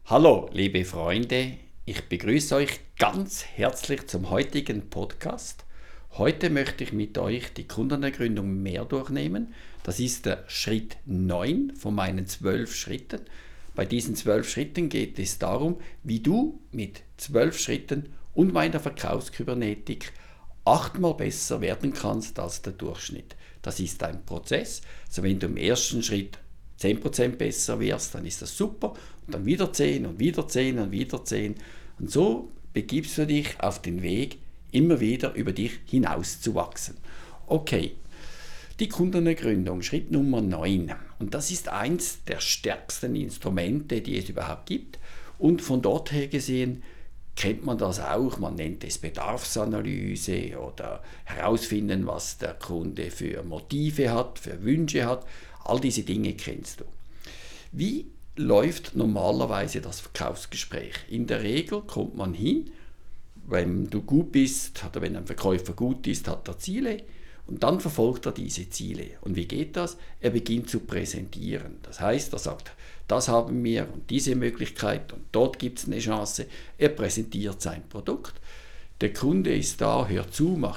Hallo, liebe Freunde, ich begrüße euch ganz herzlich zum heutigen Podcast. Heute möchte ich mit euch die Kundenergründung mehr durchnehmen. Das ist der Schritt 9 von meinen 12 Schritten. Bei diesen 12 Schritten geht es darum, wie du mit 12 Schritten und meiner Verkaufskybernetik 8-mal besser werden kannst als der Durchschnitt. Das ist ein Prozess. Also wenn du im ersten Schritt 10% besser wirst, dann ist das super. Und dann wieder 10 und wieder 10 und wieder 10. Und so begibst du dich auf den Weg, immer wieder über dich hinaus zu wachsen. Okay, die Kundenergründung, Schritt Nummer 9. Und das ist eins der stärksten Instrumente, die es überhaupt gibt. Und von dort her gesehen kennt man das auch. Man nennt es Bedarfsanalyse oder herausfinden, was der Kunde für Motive hat, für Wünsche hat. All diese Dinge kennst du. Wie läuft normalerweise das Verkaufsgespräch? In der Regel kommt man hin, wenn du gut bist oder wenn ein Verkäufer gut ist, hat er Ziele und dann verfolgt er diese Ziele. Und wie geht das? Er beginnt zu präsentieren. Das heißt, er sagt, das haben wir und diese Möglichkeit und dort gibt es eine Chance. Er präsentiert sein Produkt. Der Kunde ist da, hört zu, macht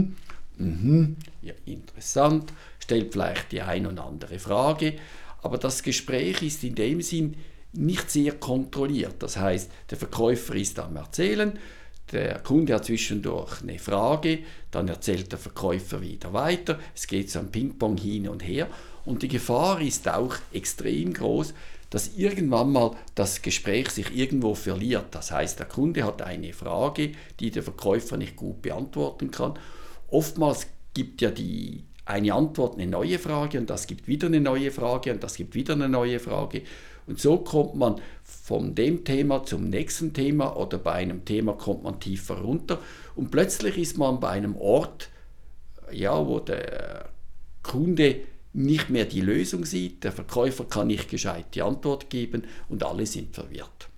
ja, interessant, stellt vielleicht die ein oder andere Frage, aber das Gespräch ist in dem Sinn nicht sehr kontrolliert. Das heißt, der Verkäufer ist am Erzählen, der Kunde hat zwischendurch eine Frage, dann erzählt der Verkäufer wieder weiter, es geht so ein Ping-Pong hin und her und die Gefahr ist auch extrem groß, dass irgendwann mal das Gespräch sich irgendwo verliert. Das heißt, der Kunde hat eine Frage, die der Verkäufer nicht gut beantworten kann. Oftmals gibt ja eine Antwort eine neue Frage und das gibt wieder eine neue Frage und das gibt wieder eine neue Frage. Und so kommt man von dem Thema zum nächsten Thema oder bei einem Thema kommt man tiefer runter und plötzlich ist man bei einem Ort, ja, wo der Kunde nicht mehr die Lösung sieht, der Verkäufer kann nicht gescheit die Antwort geben und alle sind verwirrt.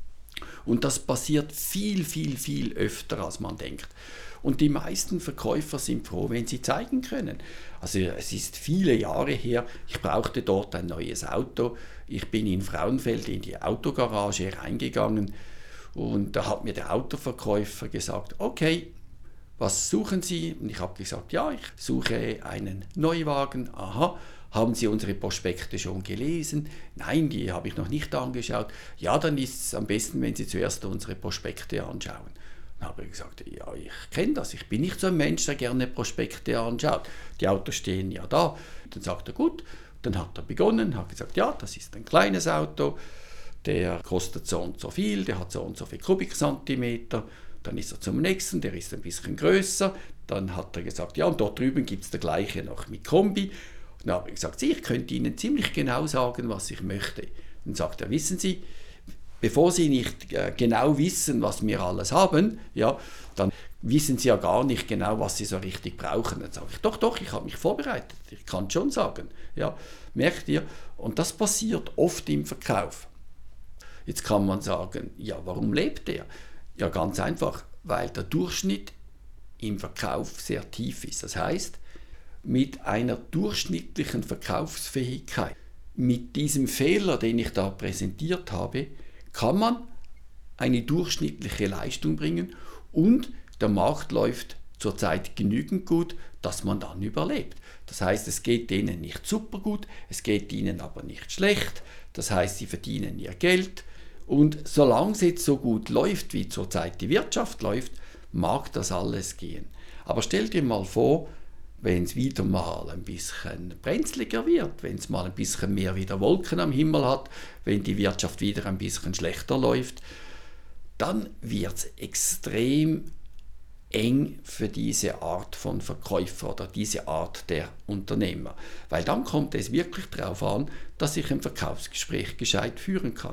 Und das passiert viel, viel, viel öfter, als man denkt. Und die meisten Verkäufer sind froh, wenn sie zeigen können. Also es ist viele Jahre her, ich brauchte dort ein neues Auto. Ich bin in Frauenfeld in die Autogarage reingegangen und da hat mir der Autoverkäufer gesagt, okay, was suchen Sie? Und ich habe gesagt, ja, ich suche einen Neuwagen. Aha, haben Sie unsere Prospekte schon gelesen? Nein, die habe ich noch nicht angeschaut. Ja, dann ist es am besten, wenn Sie zuerst unsere Prospekte anschauen. Dann habe ich gesagt, ja, ich kenne das. Ich bin nicht so ein Mensch, der gerne Prospekte anschaut. Die Autos stehen ja da. Dann sagt er, gut. Dann hat er begonnen, hat gesagt, ja, das ist ein kleines Auto, der kostet so und so viel, der hat so und so viel Kubikzentimeter. Dann ist er zum nächsten, der ist ein bisschen größer. Dann hat er gesagt, ja, und dort drüben gibt es der gleiche noch mit Kombi. Und dann habe ich gesagt, ich könnte Ihnen ziemlich genau sagen, was ich möchte. Dann sagt er, wissen Sie, bevor Sie nicht genau wissen, was wir alles haben, ja, dann wissen Sie ja gar nicht genau, was Sie so richtig brauchen. Dann sage ich, doch, ich habe mich vorbereitet, ich kann schon sagen. Ja, merkt ihr? Und das passiert oft im Verkauf. Jetzt kann man sagen, ja, warum lebt er? Ja, ganz einfach, weil der Durchschnitt im Verkauf sehr tief ist. Das heißt, mit einer durchschnittlichen Verkaufsfähigkeit, mit diesem Fehler, den ich da präsentiert habe, kann man eine durchschnittliche Leistung bringen und der Markt läuft zurzeit genügend gut, dass man dann überlebt. Das heißt, es geht denen nicht super gut, es geht ihnen aber nicht schlecht. Das heißt, sie verdienen ihr Geld. Und solange es jetzt so gut läuft, wie zurzeit die Wirtschaft läuft, mag das alles gehen. Aber stell dir mal vor, wenn es wieder mal ein bisschen brenzliger wird, wenn es mal ein bisschen mehr wieder Wolken am Himmel hat, wenn die Wirtschaft wieder ein bisschen schlechter läuft, dann wird es extrem eng für diese Art von Verkäufer oder diese Art der Unternehmer. Weil dann kommt es wirklich darauf an, dass ich ein Verkaufsgespräch gescheit führen kann.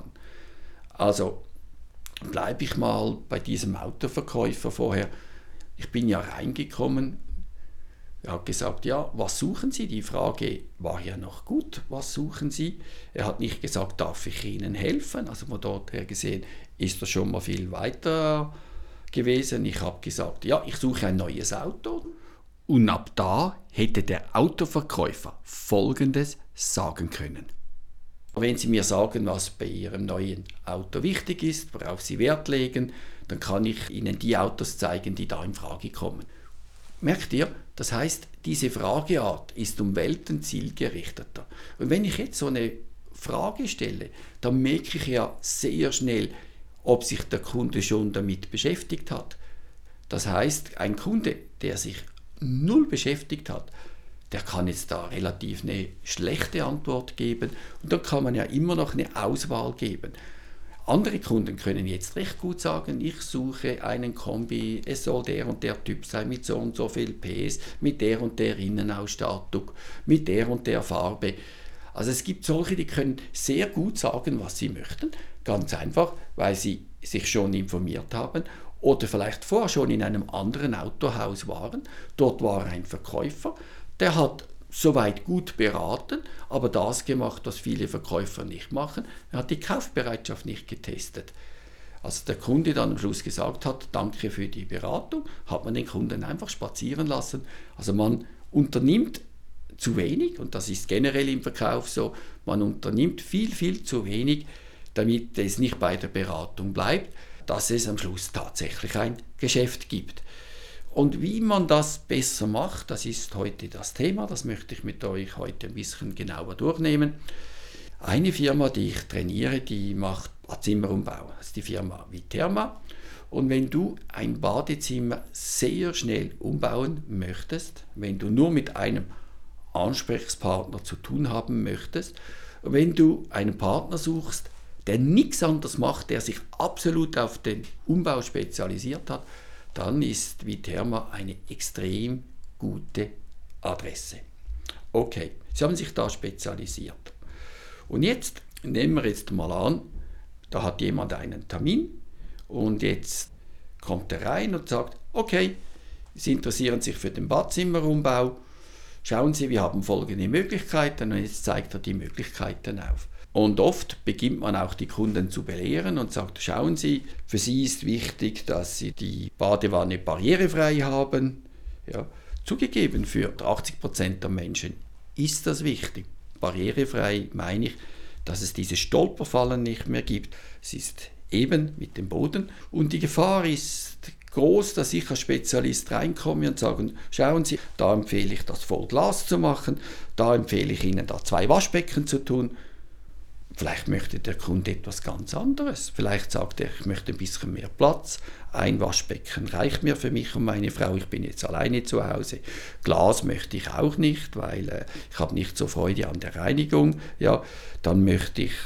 Also bleibe ich mal bei diesem Autoverkäufer vorher. Ich bin ja reingekommen, er hat gesagt, ja, was suchen Sie? Die Frage war ja noch gut, was suchen Sie? Er hat nicht gesagt, darf ich Ihnen helfen? Also von dort her gesehen ist er schon mal viel weiter gewesen. Ich habe gesagt, ja, ich suche ein neues Auto. Und ab da hätte der Autoverkäufer Folgendes sagen können. Wenn Sie mir sagen, was bei Ihrem neuen Auto wichtig ist, worauf Sie Wert legen, dann kann ich Ihnen die Autos zeigen, die da in Frage kommen. Merkt ihr? Das heißt, diese Frageart ist um Welten zielgerichteter. Und wenn ich jetzt so eine Frage stelle, dann merke ich ja sehr schnell, ob sich der Kunde schon damit beschäftigt hat. Das heißt, ein Kunde, der sich null beschäftigt hat, der kann jetzt da relativ eine schlechte Antwort geben und dann kann man ja immer noch eine Auswahl geben. Andere Kunden können jetzt recht gut sagen, ich suche einen Kombi, es soll der und der Typ sein mit so und so viel PS, mit der und der Innenausstattung, mit der und der Farbe. Also es gibt solche, die können sehr gut sagen, was sie möchten, ganz einfach, weil sie sich schon informiert haben oder vielleicht vorher schon in einem anderen Autohaus waren. Dort war ein Verkäufer, der hat soweit gut beraten, aber das gemacht, was viele Verkäufer nicht machen. Er hat die Kaufbereitschaft nicht getestet. Als der Kunde dann am Schluss gesagt hat, danke für die Beratung, hat man den Kunden einfach spazieren lassen. Also man unternimmt zu wenig, und das ist generell im Verkauf so, man unternimmt viel, viel zu wenig, damit es nicht bei der Beratung bleibt, dass es am Schluss tatsächlich ein Geschäft gibt. Und wie man das besser macht, das ist heute das Thema, das möchte ich mit euch heute ein bisschen genauer durchnehmen. Eine Firma, die ich trainiere, die macht Badzimmerumbau, das ist die Firma Viterma. Und wenn du ein Badezimmer sehr schnell umbauen möchtest, wenn du nur mit einem Ansprechpartner zu tun haben möchtest, wenn du einen Partner suchst, der nichts anderes macht, der sich absolut auf den Umbau spezialisiert hat, dann ist Viterma eine extrem gute Adresse. Okay, Sie haben sich da spezialisiert. Und jetzt nehmen wir jetzt mal an, da hat jemand einen Termin und jetzt kommt er rein und sagt, okay, Sie interessieren sich für den Badzimmerumbau, schauen Sie, wir haben folgende Möglichkeiten und jetzt zeigt er die Möglichkeiten auf. Und oft beginnt man auch die Kunden zu belehren und sagt, schauen Sie, für Sie ist wichtig, dass Sie die Badewanne barrierefrei haben. Ja, zugegeben, für 80% der Menschen ist das wichtig. Barrierefrei meine ich, dass es diese Stolperfallen nicht mehr gibt. Es ist eben mit dem Boden und die Gefahr ist groß, dass ich als Spezialist reinkomme und sage, schauen Sie, da empfehle ich das Vollglas zu machen, da empfehle ich Ihnen da 2 Waschbecken zu tun. Vielleicht möchte der Kunde etwas ganz anderes. Vielleicht sagt er, ich möchte ein bisschen mehr Platz. Ein Waschbecken reicht mir für mich und meine Frau. Ich bin jetzt alleine zu Hause. Glas möchte ich auch nicht, weil ich habe nicht so Freude an der Reinigung. Ja, dann möchte ich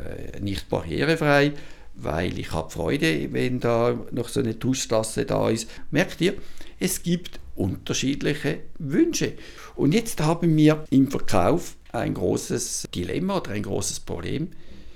nicht barrierefrei, weil ich habe Freude, wenn da noch so eine Tuschtasse da ist. Merkt ihr, es gibt unterschiedliche Wünsche. Und jetzt haben wir im Verkauf ein großes Dilemma oder ein großes Problem.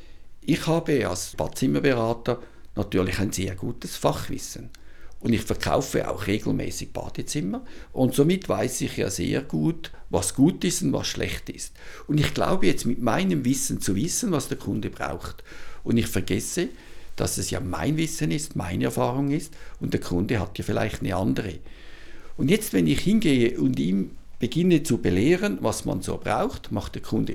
Ich habe als Badzimmerberater natürlich ein sehr gutes Fachwissen und ich verkaufe auch regelmäßig Badezimmer und somit weiß ich ja sehr gut, was gut ist und was schlecht ist. Und ich glaube jetzt mit meinem Wissen zu wissen, was der Kunde braucht. Und ich vergesse, dass es ja mein Wissen ist, meine Erfahrung ist und der Kunde hat ja vielleicht eine andere. Und jetzt, wenn ich hingehe und ihm beginne zu belehren, was man so braucht, macht der Kunde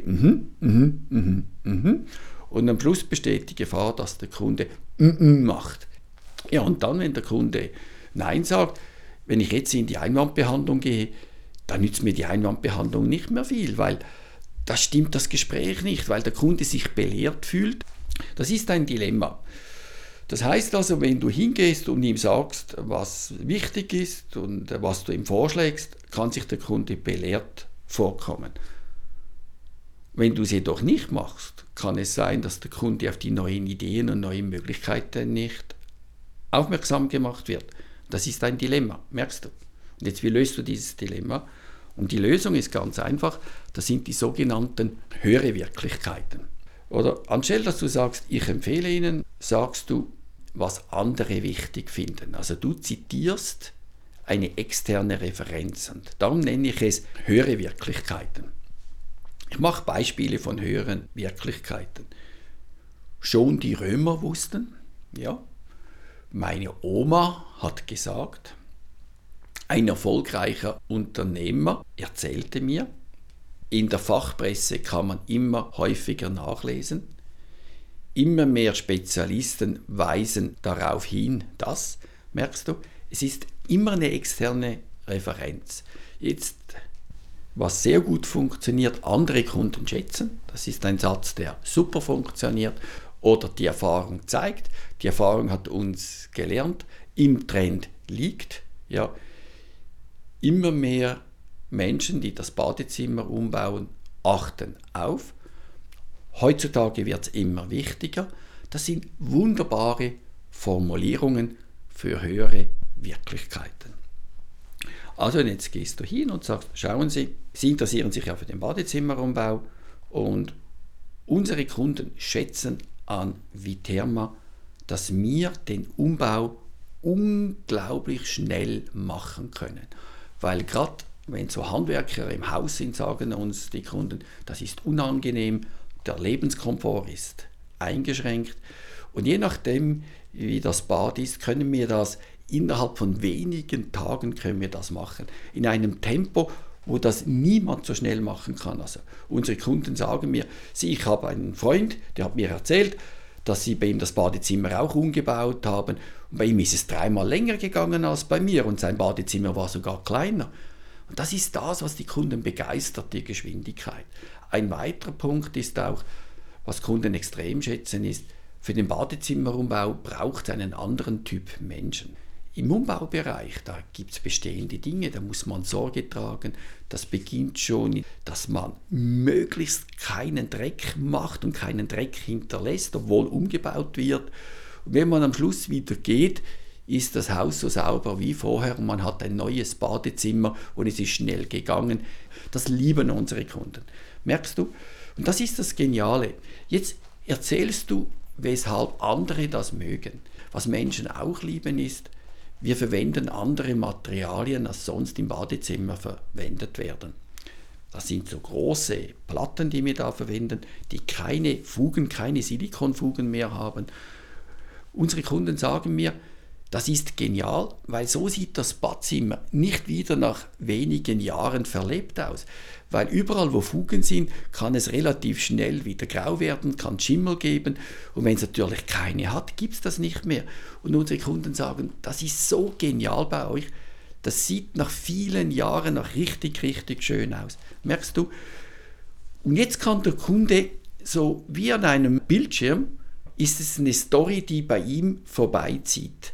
und am Schluss besteht die Gefahr, dass der Kunde macht. Ja, und dann, wenn der Kunde Nein sagt, wenn ich jetzt in die Einwandbehandlung gehe, dann nützt mir die Einwandbehandlung nicht mehr viel, weil da stimmt das Gespräch nicht, weil der Kunde sich belehrt fühlt. Das ist ein Dilemma. Das heißt also, wenn du hingehst und ihm sagst, was wichtig ist und was du ihm vorschlägst, kann sich der Kunde belehrt vorkommen. Wenn du es jedoch nicht machst, kann es sein, dass der Kunde auf die neuen Ideen und neuen Möglichkeiten nicht aufmerksam gemacht wird. Das ist ein Dilemma, merkst du? Und jetzt, wie löst du dieses Dilemma? Und die Lösung ist ganz einfach, das sind die sogenannten höhere Wirklichkeiten. Oder anstelle, dass du sagst, ich empfehle Ihnen, sagst du, was andere wichtig finden. Also du zitierst eine externe Referenz und darum nenne ich es höhere Wirklichkeiten. Ich mache Beispiele von höheren Wirklichkeiten. Schon die Römer wussten, ja, meine Oma hat gesagt, ein erfolgreicher Unternehmer erzählte mir, In der Fachpresse kann man immer häufiger nachlesen. Immer mehr Spezialisten weisen darauf hin, dass, merkst du, es ist immer eine externe Referenz. Jetzt, was sehr gut funktioniert, andere Kunden schätzen, das ist ein Satz, der super funktioniert, oder die Erfahrung zeigt, die Erfahrung hat uns gelernt, im Trend liegt, ja, immer mehr Menschen, die das Badezimmer umbauen, achten auf. Heutzutage wird es immer wichtiger. Das sind wunderbare Formulierungen für höhere Wirklichkeiten. Also jetzt gehst du hin und sagst, schauen Sie, Sie interessieren sich ja für den Badezimmerumbau und unsere Kunden schätzen an Viterma, dass wir den Umbau unglaublich schnell machen können. Weil gerade wenn so Handwerker im Haus sind, sagen uns die Kunden, das ist unangenehm, der Lebenskomfort ist eingeschränkt und je nachdem, wie das Bad ist, können wir das innerhalb von wenigen Tagen können wir das machen. In einem Tempo, wo das niemand so schnell machen kann. Also unsere Kunden sagen mir, ich habe einen Freund, der hat mir erzählt, dass sie bei ihm das Badezimmer auch umgebaut haben. Und bei ihm ist es 3-mal länger gegangen als bei mir und sein Badezimmer war sogar kleiner. Und das ist das, was die Kunden begeistert, die Geschwindigkeit. Ein weiterer Punkt ist auch, was Kunden extrem schätzen, ist, für den Badezimmerumbau braucht es einen anderen Typ Menschen. Im Umbaubereich, da gibt es bestehende Dinge, da muss man Sorge tragen. Das beginnt schon, dass man möglichst keinen Dreck macht und keinen Dreck hinterlässt, obwohl umgebaut wird. Und wenn man am Schluss wieder geht, ist das Haus so sauber wie vorher und man hat ein neues Badezimmer und es ist schnell gegangen. Das lieben unsere Kunden. Merkst du? Und das ist das Geniale. Jetzt erzählst du, weshalb andere das mögen. Was Menschen auch lieben ist, wir verwenden andere Materialien, als sonst im Badezimmer verwendet werden. Das sind so große Platten, die wir da verwenden, die keine Fugen, keine Silikonfugen mehr haben. Unsere Kunden sagen mir, das ist genial, weil so sieht das Badzimmer nicht wieder nach wenigen Jahren verlebt aus. Weil überall, wo Fugen sind, kann es relativ schnell wieder grau werden, kann Schimmel geben. Und wenn es natürlich keine hat, gibt es das nicht mehr. Und unsere Kunden sagen, das ist so genial bei euch. Das sieht nach vielen Jahren noch richtig, richtig schön aus. Merkst du? Und jetzt kann der Kunde so wie an einem Bildschirm, ist es eine Story, die bei ihm vorbeizieht.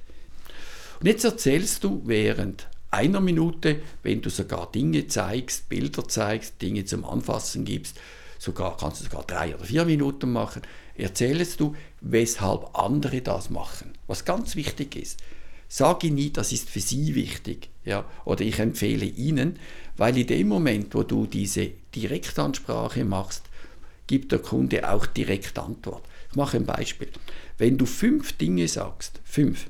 Und jetzt erzählst du während einer Minute, wenn du sogar Dinge zeigst, Bilder zeigst, Dinge zum Anfassen gibst, kannst du sogar 3 oder 4 Minuten machen, erzählst du, weshalb andere das machen. Was ganz wichtig ist, sage nie, das ist für sie wichtig, ja, oder ich empfehle ihnen, weil in dem Moment, wo du diese Direktansprache machst, gibt der Kunde auch direkt Antwort. Ich mache ein Beispiel. Wenn du 5 Dinge sagst, 5,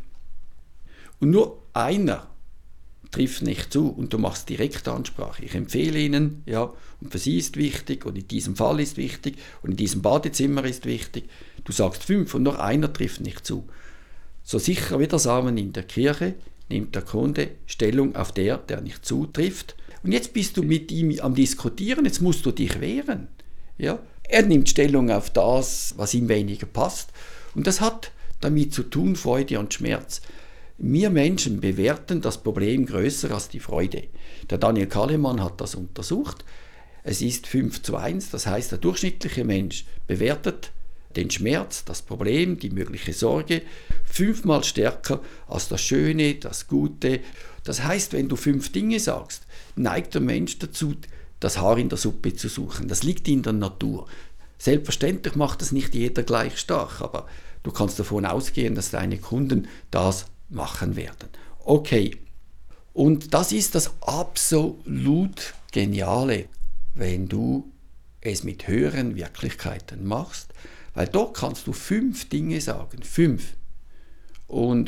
und nur einer trifft nicht zu und du machst Direktansprache. Ich empfehle Ihnen, ja, und für Sie ist wichtig und in diesem Fall ist wichtig und in diesem Badezimmer ist wichtig. Du sagst 5 und nur einer trifft nicht zu. So sicher wie der Samen in der Kirche nimmt der Kunde Stellung auf der nicht zutrifft. Und jetzt bist du mit ihm am Diskutieren, jetzt musst du dich wehren. Ja? Er nimmt Stellung auf das, was ihm weniger passt. Und das hat damit zu tun, Freude und Schmerz. Wir Menschen bewerten das Problem größer als die Freude. Der Daniel Kahnemann hat das untersucht. Es ist 5:1, das heißt, der durchschnittliche Mensch bewertet den Schmerz, das Problem, die mögliche Sorge 5-mal stärker als das Schöne, das Gute. Das heißt, wenn du 5 Dinge sagst, neigt der Mensch dazu, das Haar in der Suppe zu suchen. Das liegt in der Natur. Selbstverständlich macht das nicht jeder gleich stark, aber du kannst davon ausgehen, dass deine Kunden das machen werden. Okay, und das ist das absolut Geniale, wenn du es mit höheren Wirklichkeiten machst, weil dort kannst du 5 Dinge sagen, 5, und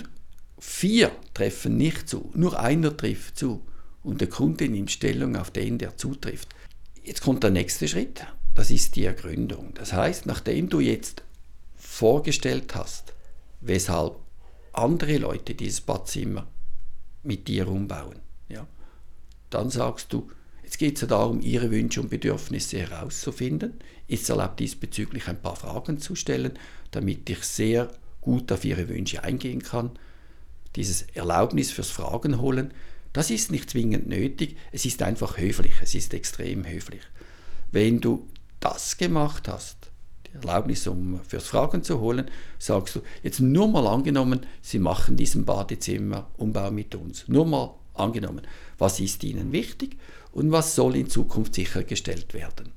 4 treffen nicht zu, nur einer trifft zu und der Kunde nimmt Stellung auf den, der zutrifft. Jetzt kommt der nächste Schritt, das ist die Ergründung. Das heißt, nachdem du jetzt vorgestellt hast, weshalb andere Leute dieses Badzimmer mit dir umbauen, ja, dann sagst du, Jetzt geht es ja darum, Ihre Wünsche und Bedürfnisse herauszufinden. Ich erlaube diesbezüglich ein paar Fragen zu stellen, damit ich sehr gut auf Ihre Wünsche eingehen kann. Dieses Erlaubnis fürs Fragen holen, das ist nicht zwingend nötig, es ist einfach höflich, es ist extrem höflich. Wenn du das gemacht hast, die Erlaubnis fürs Fragen zu holen, sagst du, jetzt nur mal angenommen, Sie machen diesen Badezimmerumbau mit uns. Nur mal angenommen, was ist Ihnen wichtig und was soll in Zukunft sichergestellt werden?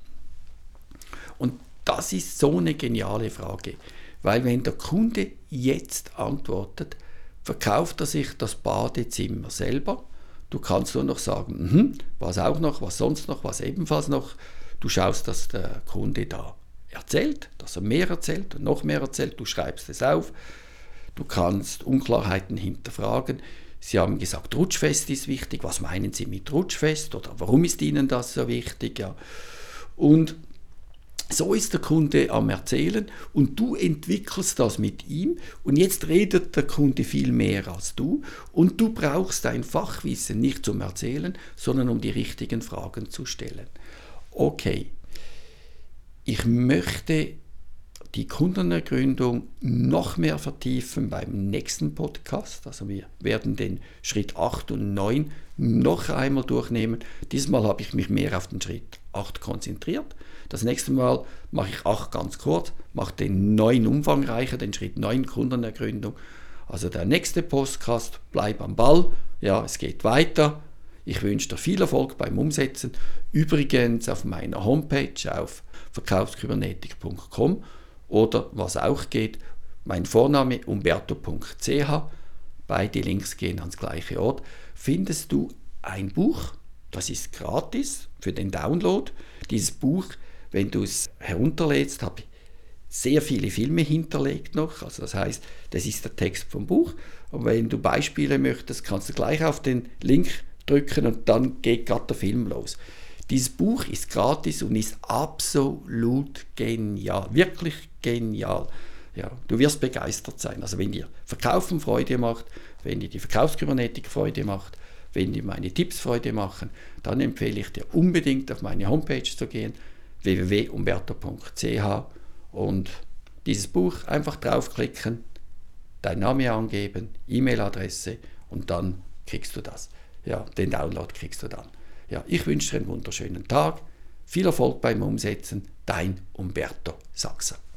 Und das ist so eine geniale Frage, weil wenn der Kunde jetzt antwortet, verkauft er sich das Badezimmer selber. Du kannst nur noch sagen, was auch noch, was sonst noch, was ebenfalls noch. Du schaust, dass der Kunde da erzählt, dass er mehr erzählt und noch mehr erzählt. Du schreibst es auf. Du kannst Unklarheiten hinterfragen. Sie haben gesagt, Rutschfest ist wichtig. Was meinen Sie mit Rutschfest? Oder warum ist Ihnen das so wichtig? Ja. Und so ist der Kunde am Erzählen und du entwickelst das mit ihm und jetzt redet der Kunde viel mehr als du und du brauchst dein Fachwissen nicht zum Erzählen, sondern um die richtigen Fragen zu stellen. Okay, ich möchte die Kundenergründung noch mehr vertiefen beim nächsten Podcast. Also wir werden den Schritt 8 und 9 noch einmal durchnehmen. Diesmal habe ich mich mehr auf den Schritt 8 konzentriert. Das nächste Mal mache ich 8 ganz kurz, mache den 9 umfangreicher, den Schritt 9 Kundenergründung. Also der nächste Podcast, bleib am Ball. Ja, es geht weiter. Ich wünsche dir viel Erfolg beim Umsetzen. Übrigens auf meiner Homepage auf verkaufskybernetik.com oder was auch geht, mein Vorname umberto.ch, beide Links gehen ans gleiche Ort, findest du ein Buch, das ist gratis für den Download. Dieses Buch, wenn du es herunterlädst, habe ich sehr viele Filme hinterlegt noch, also das heißt, das ist der Text vom Buch, und wenn du Beispiele möchtest, kannst du gleich auf den Link drücken und dann geht gerade der Film los. Dieses Buch ist gratis und ist absolut genial, wirklich genial. Ja, du wirst begeistert sein. Also wenn dir Verkaufen Freude macht, wenn dir die Verkaufskybernetik Freude macht, wenn dir meine Tipps Freude machen, dann empfehle ich dir unbedingt auf meine Homepage zu gehen, www.umberto.ch, und dieses Buch einfach draufklicken, dein Name angeben, E-Mail-Adresse und dann kriegst du das. Ja, den Download kriegst du dann. Ja, ich wünsche dir einen wunderschönen Tag, viel Erfolg beim Umsetzen, dein Umberto Sachser.